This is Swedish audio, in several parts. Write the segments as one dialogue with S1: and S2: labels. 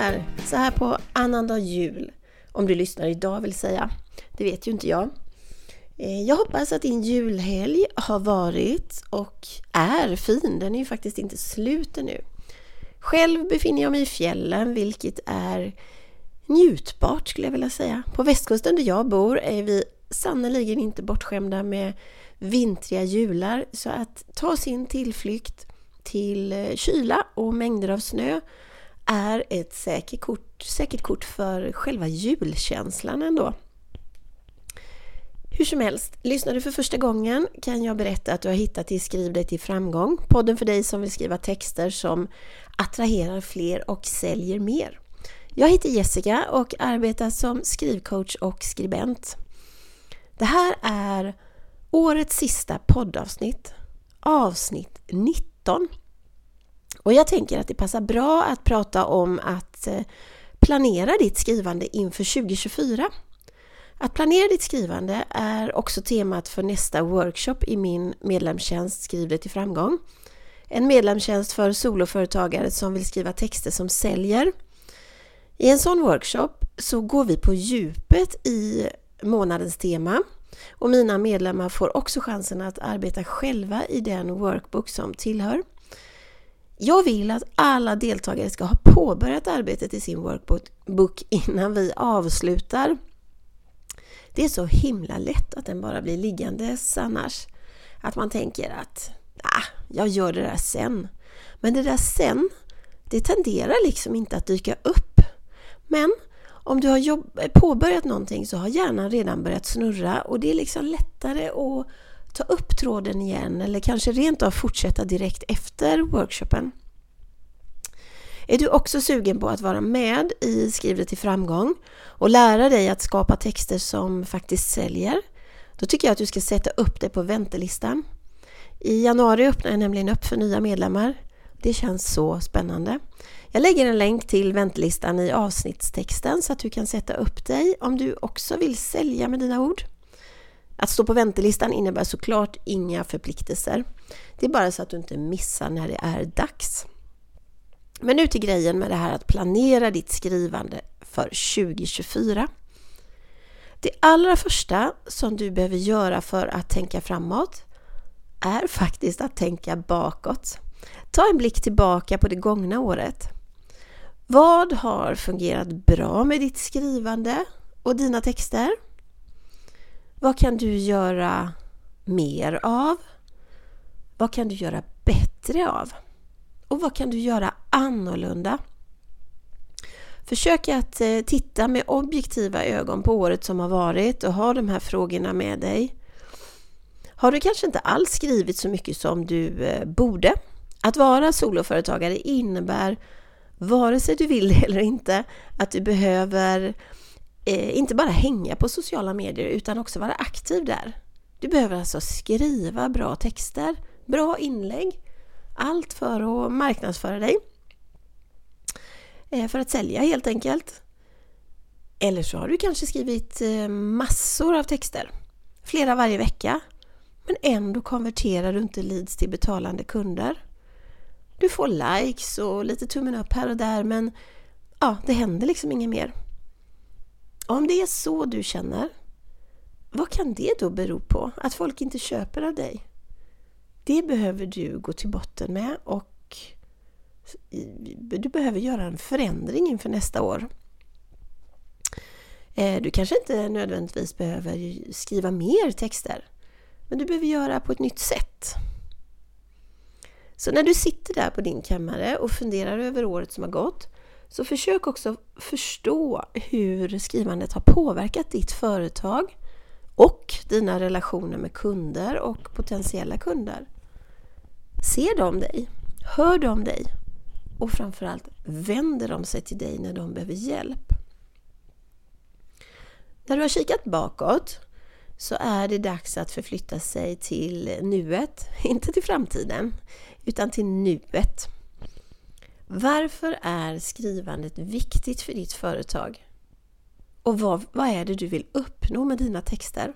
S1: där, så här på annandag jul. Om du lyssnar idag vill säga. Det vet ju inte jag. Jag hoppas att din julhelg har varit och är fin. Den är ju faktiskt inte slut nu. Själv befinner jag mig i fjällen, vilket är njutbart skulle jag vilja säga. På västkusten där jag bor är vi sannoliken inte bortskämda med vintriga jular. Så att ta sin tillflykt till kyla och mängder av snö är ett säkert kort för själva julkänslan ändå. Hur som helst, lyssnar du för första gången kan jag berätta att du har hittat till Skriv dig till framgång. Podden för dig som vill skriva texter som attraherar fler och säljer mer. Jag heter Jessica och arbetar som skrivcoach och skribent. Det här är årets sista poddavsnitt, avsnitt 19. Och jag tänker att det passar bra att prata om att planera ditt skrivande inför 2024. Att planera ditt skrivande är också temat för nästa workshop i min medlemstjänst Skriv dig till framgång. En medlemstjänst för soloföretagare som vill skriva texter som säljer. I en sån workshop så går vi på djupet i månadens tema. Och mina medlemmar får också chansen att arbeta själva i den workbook som tillhör. Jag vill att alla deltagare ska ha påbörjat arbetet i sin workbook innan vi avslutar. Det är så himla lätt att den bara blir liggandes annars. Att man tänker att jag gör det där sen. Men det där sen, det tenderar liksom inte att dyka upp. Men om du har påbörjat någonting så har hjärnan redan börjat snurra. Och det är liksom lättare att ta upp tråden igen. Eller kanske rent av fortsätta direkt efter workshopen. Är du också sugen på att vara med i Skriv dig till framgång och lära dig att skapa texter som faktiskt säljer? Då tycker jag att du ska sätta upp det på väntelistan. I januari öppnar jag nämligen upp för nya medlemmar. Det känns så spännande. Jag lägger en länk till väntelistan i avsnittstexten så att du kan sätta upp dig om du också vill sälja med dina ord. Att stå på väntelistan innebär såklart inga förpliktelser. Det är bara så att du inte missar när det är dags. Men nu till grejen med det här att planera ditt skrivande för 2024. Det allra första som du behöver göra för att tänka framåt är faktiskt att tänka bakåt. Ta en blick tillbaka på det gångna året. Vad har fungerat bra med ditt skrivande och dina texter? Vad kan du göra mer av? Vad kan du göra bättre av? Och vad kan du göra annorlunda? Försök att titta med objektiva ögon på året som har varit och ha de här frågorna med dig. Har du kanske inte alls skrivit så mycket som du borde? Att vara soloföretagare innebär, vare sig du vill eller inte, att du behöver inte bara hänga på sociala medier utan också vara aktiv där. Du behöver alltså skriva bra texter, bra inlägg. Allt för att marknadsföra dig. För att sälja helt enkelt. Eller så har du kanske skrivit massor av texter. Flera varje vecka. Men ändå konverterar du inte leads till betalande kunder. Du får likes och lite tummen upp här och där. Men det händer liksom inget mer. Om det är så du känner. Vad kan det då bero på? Att folk inte köper av dig? Det behöver du gå till botten med och du behöver göra en förändring inför nästa år. Du kanske inte nödvändigtvis behöver skriva mer texter, men du behöver göra på ett nytt sätt. Så när du sitter där på din kammare och funderar över året som har gått, så försök också förstå hur skrivandet har påverkat ditt företag och dina relationer med kunder och potentiella kunder. Ser de dig? Hör de dig? Och framförallt vänder de sig till dig när de behöver hjälp? När du har kikat bakåt så är det dags att förflytta sig till nuet. Inte till framtiden, utan till nuet. Varför är skrivandet viktigt för ditt företag? Och vad är det du vill uppnå med dina texter?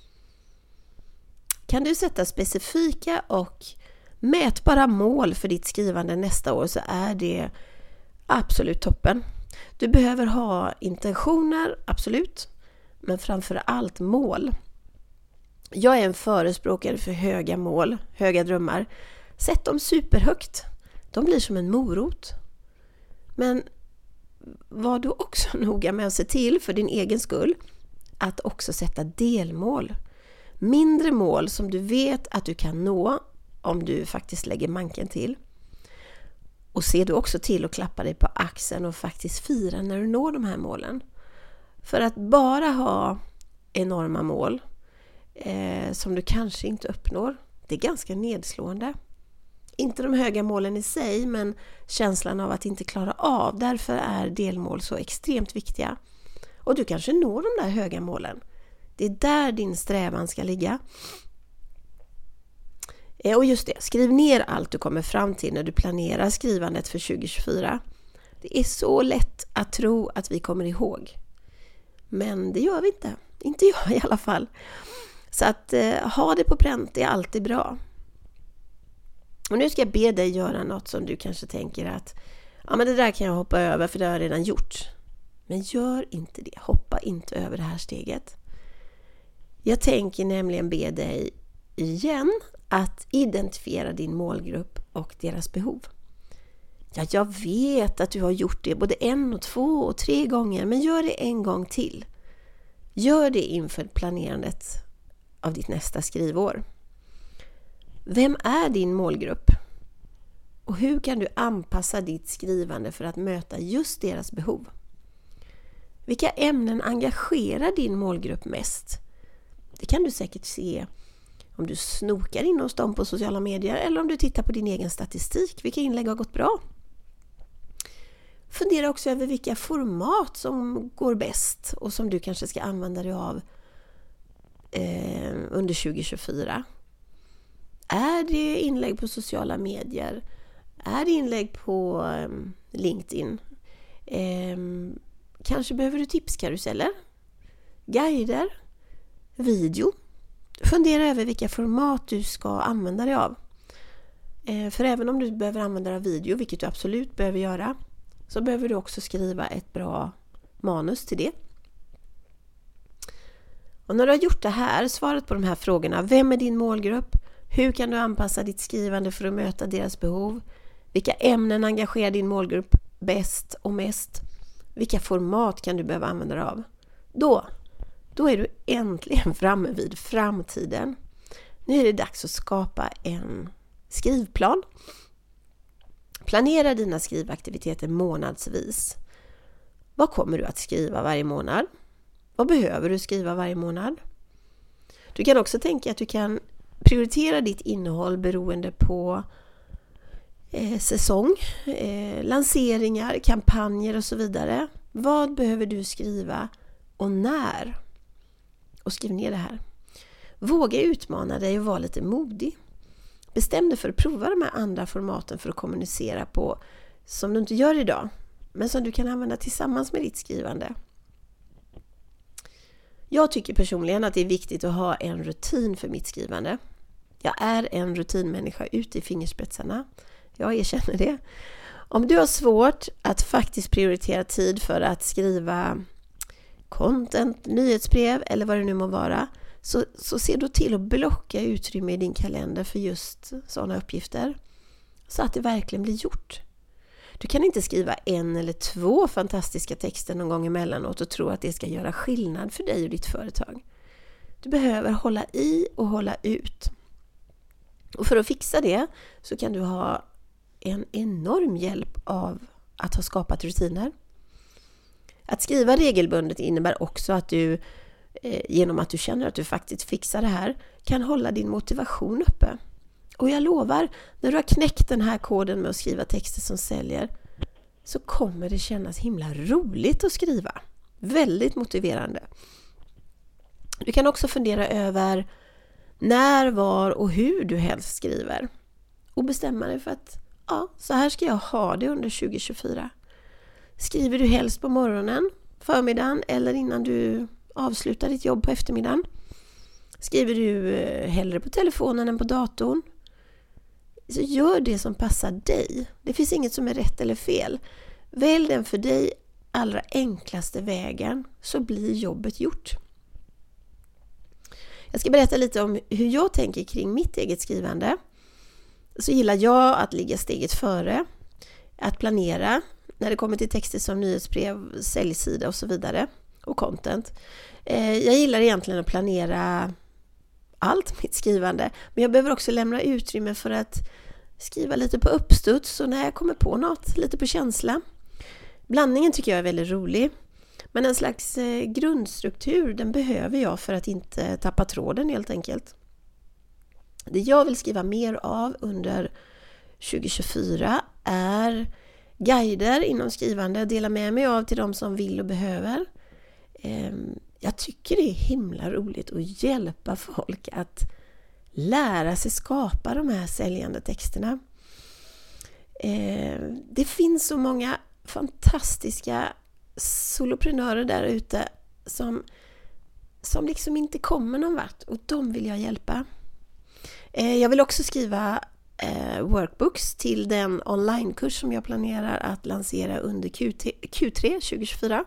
S1: Kan du sätta specifika och mätbara mål för ditt skrivande nästa år så är det absolut toppen. Du behöver ha intentioner, absolut, men framför allt mål. Jag är en förespråkare för höga mål, höga drömmar. Sätt dem superhögt. De blir som en morot. Men var då också noga med att se till för din egen skull att också sätta delmål. Mindre mål som du vet att du kan nå om du faktiskt lägger manken till. Och se du också till att klappa dig på axeln och faktiskt fira när du når de här målen. För att bara ha enorma mål som du kanske inte uppnår, det är ganska nedslående. Inte de höga målen i sig, men känslan av att inte klara av. Därför är delmål så extremt viktiga. Och du kanske når de där höga målen. Det är där din strävan ska ligga. Och just det, skriv ner allt du kommer fram till när du planerar skrivandet för 2024. Det är så lätt att tro att vi kommer ihåg. Men det gör vi inte. Inte jag i alla fall. Så att ha det på pränt är alltid bra. Och nu ska jag be dig göra något som du kanske tänker att ja, men det där kan jag hoppa över för det har jag redan gjort. Men gör inte det. Hoppa inte över det här steget. Jag tänker nämligen be dig igen att identifiera din målgrupp och deras behov. Ja, jag vet att du har gjort det både 1, 2 och 3 gånger, men gör det en gång till. Gör det inför planerandet av ditt nästa skrivår. Vem är din målgrupp? Och hur kan du anpassa ditt skrivande för att möta just deras behov? Vilka ämnen engagerar din målgrupp mest? Det kan du säkert se om du snokar in hos dem på sociala medier eller om du tittar på din egen statistik. Vilka inlägg har gått bra? Fundera också över vilka format som går bäst och som du kanske ska använda dig av under 2024. Är det inlägg på sociala medier? Är det inlägg på LinkedIn? Kanske behöver du tipskaruseller? Guider? Video? Fundera över vilka format du ska använda dig av. För även om du behöver använda dig av video, vilket du absolut behöver göra, så behöver du också skriva ett bra manus till det. Och när du har gjort det här, svaret på de här frågorna: vem är din målgrupp? Hur kan du anpassa ditt skrivande för att möta deras behov? Vilka ämnen engagerar din målgrupp bäst och mest? Vilka format kan du behöva använda dig av? Då är du äntligen framme vid framtiden. Nu är det dags att skapa en skrivplan. Planera dina skrivaktiviteter månadsvis. Vad kommer du att skriva varje månad? Vad behöver du skriva varje månad? Du kan också tänka att du kan prioritera ditt innehåll beroende på säsong, lanseringar, kampanjer och så vidare. Vad behöver du skriva och när? Och skriv ner det här. Våga utmana dig och vara lite modig. Bestäm dig för att prova de här andra formaten för att kommunicera på som du inte gör idag, men som du kan använda tillsammans med ditt skrivande. Jag tycker personligen att det är viktigt att ha en rutin för mitt skrivande. Jag är en rutinmänniska ute i fingerspetsarna. Jag erkänner det. Om du har svårt att faktiskt prioritera tid för att skriva content, nyhetsbrev eller vad det nu må vara, så se då till att blocka utrymme i din kalender för just sådana uppgifter så att det verkligen blir gjort. Du kan inte skriva 1 eller 2 fantastiska texter någon gång emellanåt och tro att det ska göra skillnad för dig och ditt företag. Du behöver hålla i och hålla ut. Och för att fixa det så kan du ha en enorm hjälp av att ha skapat rutiner. Att skriva regelbundet innebär också att du, genom att du känner att du faktiskt fixar det här, kan hålla din motivation uppe. Och jag lovar, när du har knäckt den här koden med att skriva texter som säljer, så kommer det kännas himla roligt att skriva. Väldigt motiverande. Du kan också fundera över när, var och hur du helst skriver. Och bestämma dig för att så här ska jag ha det under 2024. Skriver du helst på morgonen, förmiddagen eller innan du avslutar ditt jobb på eftermiddagen? Skriver du hellre på telefonen än på datorn? Så gör det som passar dig. Det finns inget som är rätt eller fel. Välj den för dig allra enklaste vägen så blir jobbet gjort. Jag ska berätta lite om hur jag tänker kring mitt eget skrivande. Så gillar jag att ligga steget före, att planera när det kommer till texter som nyhetsbrev, säljsida och så vidare och content. Jag gillar egentligen att planera allt mitt skrivande, men jag behöver också lämna utrymme för att skriva lite på uppstuds och när jag kommer på något, lite på känsla. Blandningen tycker jag är väldigt rolig, men en slags grundstruktur den behöver jag för att inte tappa tråden helt enkelt. Det jag vill skriva mer av under 2024 är guider inom skrivande, dela med mig av till de som vill och behöver. Jag tycker det är himla roligt att hjälpa folk att lära sig skapa de här säljande texterna. Det finns så många fantastiska soloprenörer där ute som liksom inte kommer någon vart och de vill jag hjälpa. Jag vill också skriva workbooks till den onlinekurs som jag planerar att lansera under Q3 2024.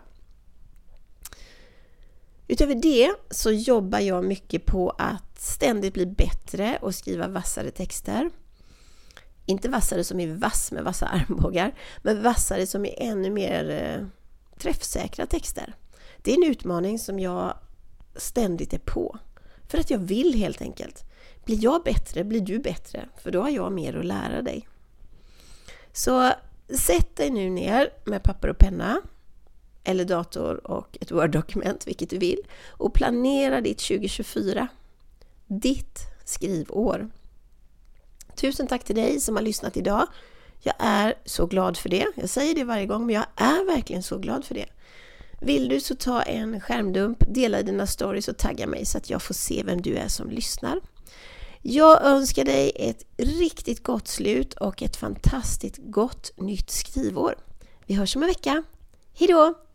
S1: Utöver det så jobbar jag mycket på att ständigt bli bättre och skriva vassare texter. Inte vassare som är vass med vassa armbågar, men vassare som är ännu mer träffsäkra texter. Det är en utmaning som jag ständigt är på. För att jag vill helt enkelt. Blir jag bättre, blir du bättre. För då har jag mer att lära dig. Så sätt dig nu ner med papper och penna. Eller dator och ett Word-dokument, vilket du vill. Och planera ditt 2024. Ditt skrivår. Tusen tack till dig som har lyssnat idag. Jag är så glad för det. Jag säger det varje gång, men jag är verkligen så glad för det. Vill du så ta en skärmdump, dela dina stories och tagga mig så att jag får se vem du är som lyssnar. Jag önskar dig ett riktigt gott slut och ett fantastiskt gott nytt skrivår. Vi hörs om en vecka. Hej då!